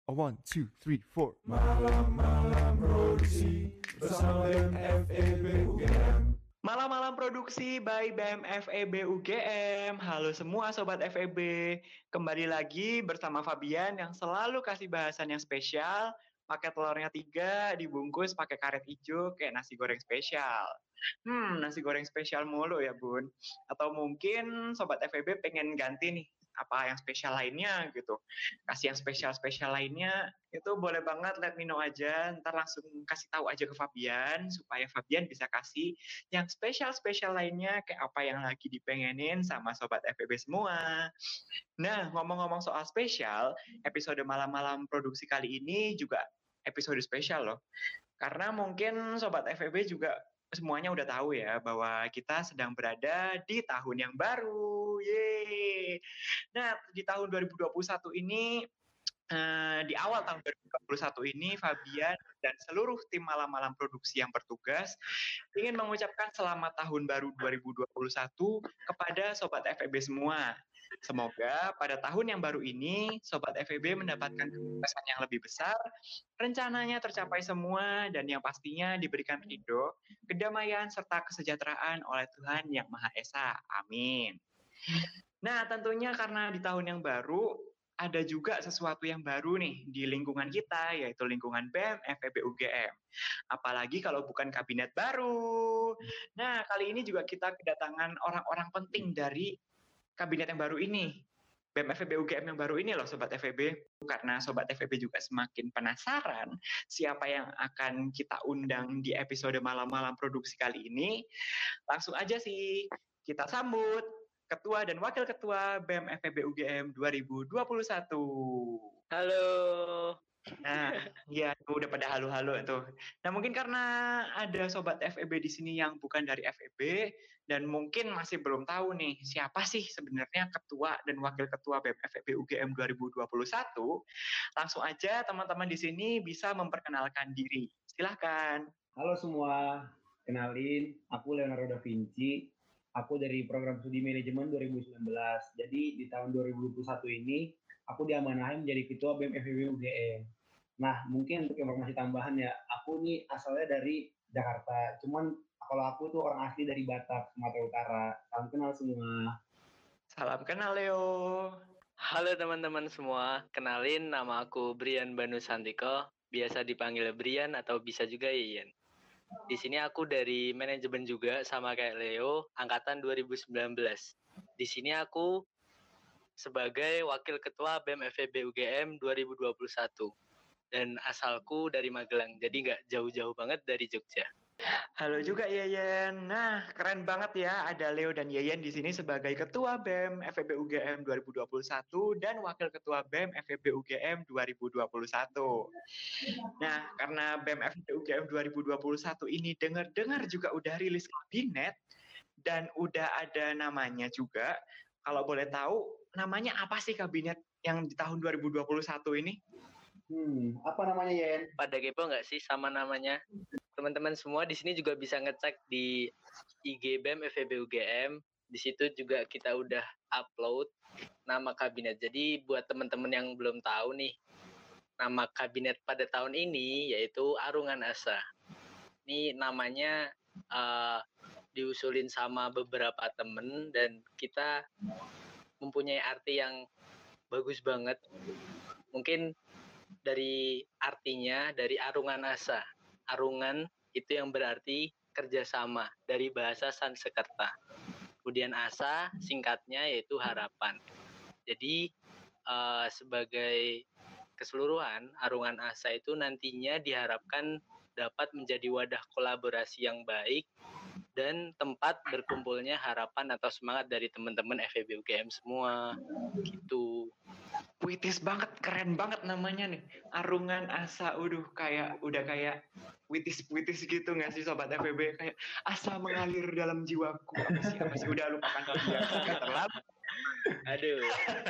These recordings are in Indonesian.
A one, two, three, four. Malam-malam produksi bersama BEM FEB UGM. Malam-malam produksi by BEM FEB UGM. Halo semua Sobat FEB. Kembali lagi bersama Fabian yang selalu kasih bahasan yang spesial. Pakai telurnya 3, dibungkus pakai karet hijau kayak nasi goreng spesial. Nasi goreng spesial mulu ya bun. Atau mungkin Sobat FEB pengen ganti nih apa yang spesial lainnya gitu. Kasih yang spesial-spesial lainnya itu boleh banget let me know aja. Ntar langsung kasih tahu aja ke Fabian supaya Fabian bisa kasih yang spesial-spesial lainnya kayak apa yang lagi dipengenin sama Sobat FEB semua. Nah, ngomong-ngomong soal spesial, episode malam-malam produksi kali ini juga episode spesial loh. Karena mungkin Sobat FEB juga semuanya udah tahu ya bahwa kita sedang berada di tahun yang baru. Yeay! Nah, di tahun 2021 ini di awal tahun 2021 ini, Fabian dan seluruh tim malam-malam produksi yang bertugas ingin mengucapkan selamat tahun baru 2021 kepada Sobat FEB semua. Semoga pada tahun yang baru ini, Sobat FEB mendapatkan kesuksesan yang lebih besar, rencananya tercapai semua, dan yang pastinya diberikan ridho, kedamaian, serta kesejahteraan oleh Tuhan Yang Maha Esa. Amin. Nah, tentunya karena di tahun yang baru, ada juga sesuatu yang baru nih di lingkungan kita, yaitu lingkungan BEM FEB UGM. Apalagi kalau bukan kabinet baru. Nah, kali ini juga kita kedatangan orang-orang penting dari kabinet yang baru ini. BEM FEB UGM yang baru ini loh Sobat FEB. Karena Sobat FEB juga semakin penasaran siapa yang akan kita undang di episode malam-malam produksi kali ini. Langsung aja sih kita sambut Ketua dan Wakil Ketua BEM FEB UGM 2021. Halo. Nah, ya udah pada halo-halo tuh. Nah, mungkin karena ada Sobat FEB di sini yang bukan dari FEB dan mungkin masih belum tahu nih siapa sih sebenarnya Ketua dan Wakil Ketua BEM FEB UGM 2021. Langsung aja teman-teman di sini bisa memperkenalkan diri. Silahkan. Halo semua, kenalin, aku Leonardo da Vinci. Aku dari program studi manajemen 2019. Jadi di tahun 2021 ini, aku diamanahin menjadi ketua BEM FEB UGM. Nah, mungkin untuk informasi tambahan ya, aku nih asalnya dari Jakarta. Cuman kalau aku tuh orang asli dari Batak, Sumatera Utara. Salam kenal semua. Salam kenal Leo. Halo teman-teman semua, kenalin nama aku Brian Banu Santiko, biasa dipanggil Brian atau bisa juga Ian. Di sini aku dari manajemen juga sama kayak Leo, angkatan 2019. Di sini aku sebagai wakil ketua BEM FEB UGM 2021. Dan asalku dari Magelang, jadi nggak jauh-jauh banget dari Jogja. Halo juga Yeyen. Nah, keren banget ya ada Leo dan Yeyen di sini sebagai Ketua BEM FEB UGM 2021 dan Wakil Ketua BEM FEB UGM 2021. Nah, karena BEM FEB UGM 2021 ini dengar-dengar juga udah rilis kabinet dan udah ada namanya juga. Kalau boleh tahu, namanya apa sih kabinet yang di tahun 2021 ini? Apa namanya Yen? Pada kepo nggak sih sama namanya? Teman-teman semua di sini juga bisa ngecek di IG BEM FEB UGM. Di situ juga kita udah upload nama kabinet. Jadi buat teman-teman yang belum tahu nih, nama kabinet pada tahun ini yaitu Arungan Asa. Ini namanya diusulin sama beberapa temen dan kita mempunyai arti yang bagus banget. Mungkin dari artinya, dari Arungan Asa. Arungan itu yang berarti kerjasama dari bahasa Sanskerta. Kemudian asa singkatnya yaitu harapan. Jadi sebagai keseluruhan Arungan Asa itu nantinya diharapkan dapat menjadi wadah kolaborasi yang baik dan tempat berkumpulnya harapan atau semangat dari teman-teman FEB UGM semua gitu. Puitis banget, keren banget namanya nih. Arungan Asa, udah kayak puitis gitu nggak sih Sobat FEB? Kayak asa mengalir dalam jiwaku. Apa sih? Udah lupakan lagi ya, terlalu. Aduh.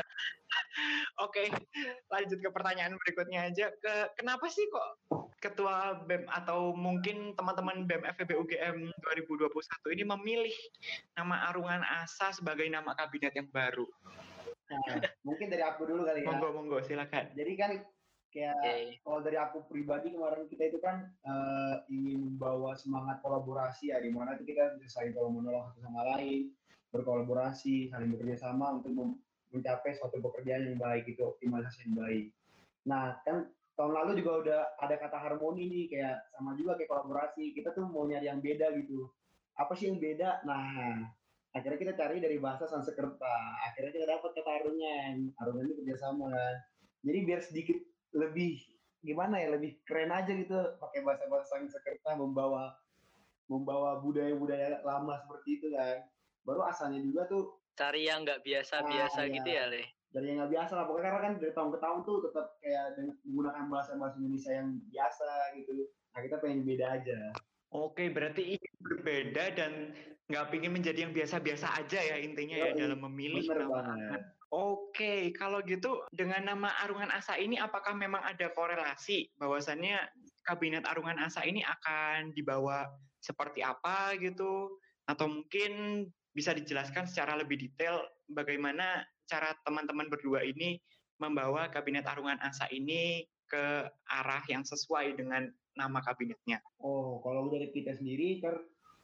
Oke, lanjut ke pertanyaan berikutnya aja. Kenapa sih kok Ketua BEM atau mungkin teman-teman BEM FEB UGM 2021 ini memilih nama Arungan Asa sebagai nama kabinet yang baru? Nah, mungkin dari aku dulu kali ya. Monggo, silakan. Jadi kan kayak Oke. kalau dari aku pribadi kemarin kita itu kan ingin membawa semangat kolaborasi ya, di mana itu kita bisa saling tolong menolong satu sama lain, berkolaborasi, saling bekerja sama untuk mencapai suatu pekerjaan yang baik, itu optimalisasi yang baik. Nah kan tahun lalu juga udah ada kata harmoni nih, kayak sama juga kayak kolaborasi, kita tuh mau nyari yang beda gitu. Apa sih yang beda? Nah, akhirnya kita cari dari bahasa Sanskerta, akhirnya kita dapat kata arunyan, arunyan itu kerjasama kan. Jadi biar sedikit lebih gimana ya, lebih keren aja gitu pakai bahasa-bahasa Sanskerta, membawa membawa budaya-budaya lama seperti itu kan. Baru asalnya juga tuh Cari yang nggak biasa-biasa ya gitu ya, Le? dari yang nggak biasa lah pokoknya, karena kan dari tahun ke tahun tuh tetap kayak menggunakan bahasa-bahasa Indonesia yang biasa gitu. Nah kita pengen beda aja. Oke, berarti ingin berbeda dan nggak ingin menjadi yang biasa-biasa aja ya intinya ya dalam memilih Bener nama banget. Arungan. Oke, kalau gitu dengan nama Arungan Asa ini apakah memang ada korelasi bahwasannya Kabinet Arungan Asa ini akan dibawa seperti apa gitu? Atau mungkin bisa dijelaskan secara lebih detail bagaimana cara teman-teman berdua ini membawa Kabinet Arungan Asa ini ke arah yang sesuai dengan nama kabinetnya? Oh, kalau dari kita sendiri kan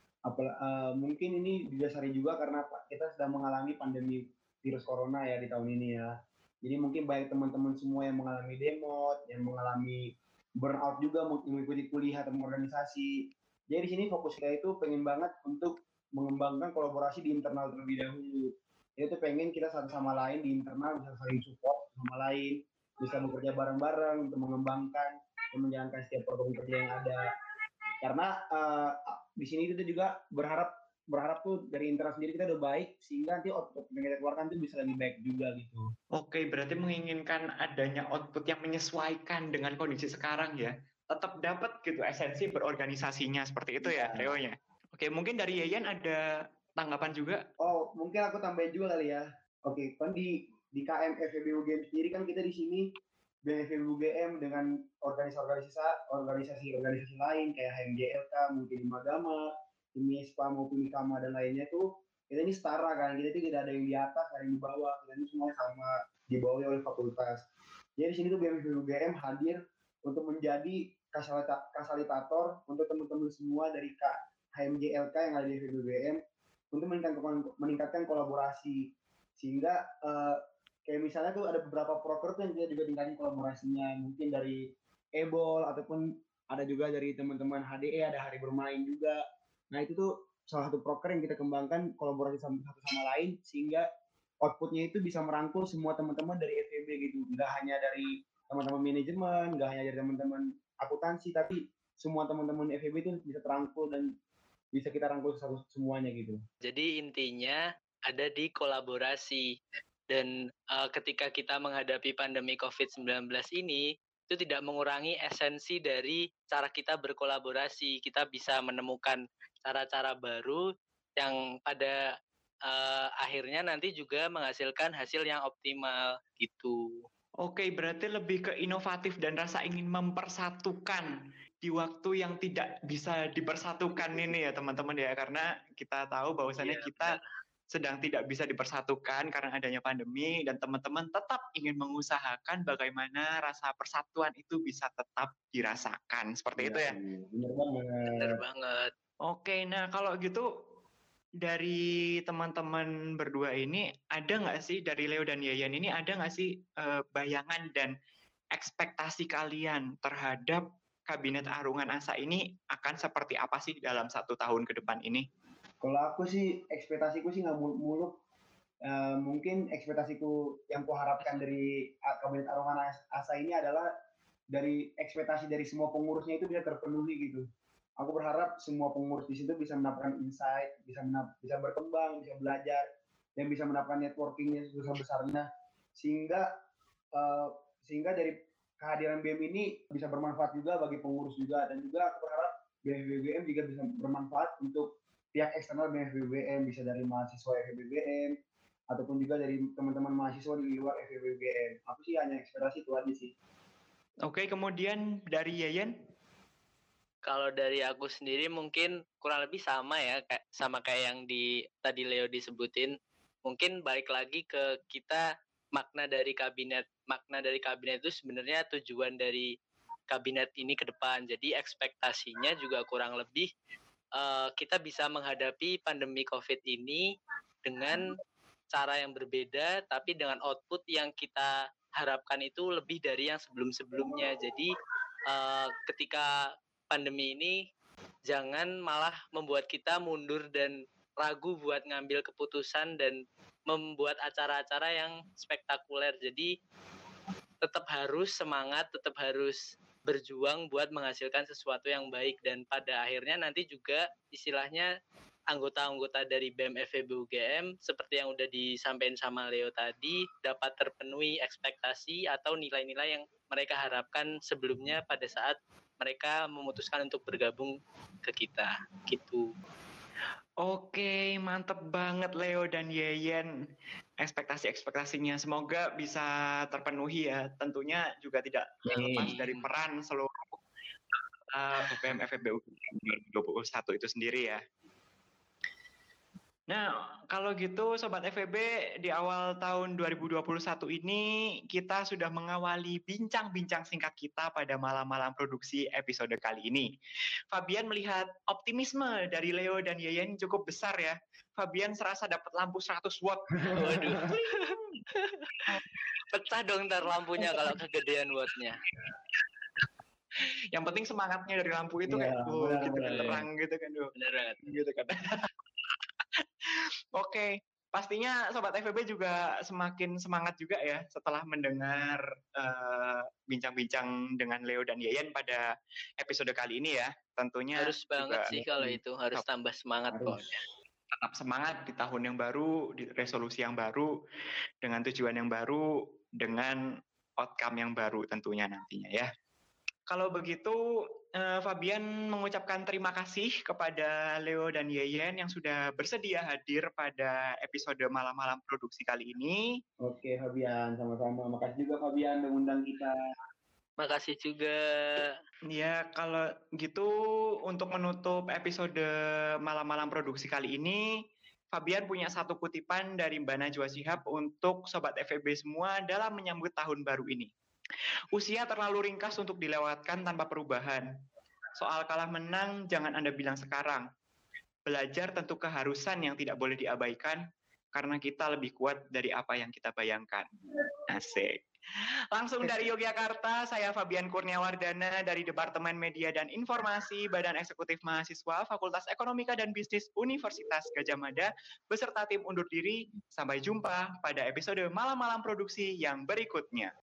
mungkin ini didasari juga karena kita sedang mengalami pandemi virus corona ya di tahun ini ya. Jadi mungkin banyak teman-teman semua yang mengalami demot, yang mengalami burnout juga mengikuti kuliah atau organisasi. Jadi di sini fokus kita itu pengen banget untuk mengembangkan kolaborasi di internal terlebih dahulu. Itu pengen kita satu sama lain di internal bisa saling support sama lain, bisa bekerja bareng-bareng untuk mengembangkan dan menjalankan setiap program kerja yang ada. Karena di sini kita juga berharap tuh dari internal sendiri kita udah baik sehingga nanti output yang kita keluarkan tuh bisa lebih baik juga gitu. Oke, berarti menginginkan adanya output yang menyesuaikan dengan kondisi sekarang ya. Tetap dapat gitu esensi berorganisasinya seperti itu ya, Reo ya. Oke, mungkin dari Yayan ada tanggapan juga? Oh, mungkin aku tambahin juga kali ya. Oke, kan di KM FEB UGM sendiri kan kita di sini BFEB UGM dengan organisasi lain kayak HMJLK, mungkin Magama, IMISPA maupun IKAMA dan lainnya tuh kita ini setara kan, kita itu tidak ada yang di atas, ada yang di bawah, kita ini semuanya sama dibawahi oleh fakultas. Jadi di sini tuh BFEB UGM hadir untuk menjadi kasalitator untuk teman-teman semua dari HMJLK yang ada di FEB UGM untuk meningkatkan kolaborasi sehingga kayak misalnya tuh ada beberapa proker tuh yang kita juga tingkatin kolaborasinya, mungkin dari EBOL ataupun ada juga dari teman-teman HDE, ada hari bermain juga. Nah itu tuh salah satu proker yang kita kembangkan kolaborasi satu sama lain sehingga outputnya itu bisa merangkul semua teman-teman dari FEB gitu, nggak hanya dari teman-teman manajemen, nggak hanya dari teman-teman akuntansi, tapi semua teman-teman FEB itu bisa terangkul dan bisa kita rangkul semuanya gitu. Jadi intinya ada di kolaborasi. Dan ketika kita menghadapi pandemi COVID-19 ini, itu tidak mengurangi esensi dari cara kita berkolaborasi. Kita bisa menemukan cara-cara baru yang pada akhirnya nanti juga menghasilkan hasil yang optimal gitu. Oke, berarti lebih ke inovatif dan rasa ingin mempersatukan di waktu yang tidak bisa dipersatukan ini ya teman-teman ya, karena kita tahu bahwasannya kita sedang tidak bisa dipersatukan karena adanya pandemi dan teman-teman tetap ingin mengusahakan bagaimana rasa persatuan itu bisa tetap dirasakan. Seperti itu ya. Bener banget. Bener banget. Oke, nah kalau gitu dari teman-teman berdua ini ada nggak sih dari Leo dan Yayan ini ada nggak sih bayangan dan ekspektasi kalian terhadap Kabinet Arungan Asa ini akan seperti apa sih dalam 1 tahun ke depan ini? Kalau aku sih ekspektasiku sih nggak muluk. Mungkin ekspektasiku yang kuharapkan dari Kabinet Arungan Asa ini adalah dari ekspektasi dari semua pengurusnya itu bisa terpenuhi gitu. Aku berharap semua pengurus di situ bisa mendapatkan insight, bisa berkembang, bisa belajar, dan bisa mendapatkan networkingnya sebesar-besarnya sehingga sehingga dari kehadiran BEM ini bisa bermanfaat juga bagi pengurus juga, dan juga aku berharap BFBBM juga bisa bermanfaat untuk pihak eksternal BFBBM, bisa dari mahasiswa FEBBM ataupun juga dari teman-teman mahasiswa di luar FEBBM. Aku sih hanya ekspektasi itu aja sih. Oke, kemudian dari Yayan? Kalau dari aku sendiri mungkin kurang lebih sama ya, sama kayak yang tadi Leo disebutin. Mungkin balik lagi ke kita makna dari kabinet itu sebenarnya tujuan dari kabinet ini ke depan. Jadi ekspektasinya juga kurang lebih kita bisa menghadapi pandemi COVID ini dengan cara yang berbeda, tapi dengan output yang kita harapkan itu lebih dari yang sebelum-sebelumnya. Jadi ketika pandemi ini jangan malah membuat kita mundur dan ragu buat ngambil keputusan dan membuat acara-acara yang spektakuler. Jadi tetap harus semangat, tetap harus berjuang buat menghasilkan sesuatu yang baik, dan pada akhirnya nanti juga istilahnya anggota-anggota dari BEM FEB UGM seperti yang udah disampaikan sama Leo tadi dapat terpenuhi ekspektasi atau nilai-nilai yang mereka harapkan sebelumnya pada saat mereka memutuskan untuk bergabung ke kita gitu. Oke, mantep banget Leo dan Yeyen. Ekspektasinya semoga bisa terpenuhi ya. Tentunya juga tidak lepas dari peran seluruh BEM FEB UGM 2021 itu sendiri ya. Nah, kalau gitu Sobat FEB, di awal tahun 2021 ini kita sudah mengawali bincang-bincang singkat kita pada malam-malam produksi episode kali ini. Fabian melihat optimisme dari Leo dan Yeyen cukup besar ya. Fabian serasa dapat lampu 100 watt. Waduh. Pecah dong ntar lampunya kalau kegedean wattnya. Yang penting semangatnya dari lampu itu kayak gitu kan, terang gitu kan. Bener banget. Gitu kan. Oke, pastinya Sobat FEB juga semakin semangat juga ya setelah mendengar bincang-bincang dengan Leo dan Yeyen pada episode kali ini ya. Tentunya harus banget juga sih kalau itu, harus tambah semangat pokoknya. Tetap semangat di tahun yang baru, di resolusi yang baru, dengan tujuan yang baru, dengan outcome yang baru tentunya nantinya ya. Kalau begitu, Fabian mengucapkan terima kasih kepada Leo dan Yeyen yang sudah bersedia hadir pada episode malam-malam produksi kali ini. Oke Fabian, sama-sama. Makasih juga Fabian udah undang kita. Makasih juga. Ya, kalau gitu untuk menutup episode malam-malam produksi kali ini, Fabian punya satu kutipan dari Mbak Najwa Shihab untuk Sobat FEB semua dalam menyambut tahun baru ini. Usia terlalu ringkas untuk dilewatkan tanpa perubahan. Soal kalah menang jangan Anda bilang sekarang. Belajar tentu keharusan yang tidak boleh diabaikan karena kita lebih kuat dari apa yang kita bayangkan. Asik. Langsung dari Yogyakarta, saya Fabian Kurniawardana dari Departemen Media dan Informasi Badan Eksekutif Mahasiswa Fakultas Ekonomika dan Bisnis Universitas Gadjah Mada beserta tim undur diri. Sampai jumpa pada episode malam-malam produksi yang berikutnya.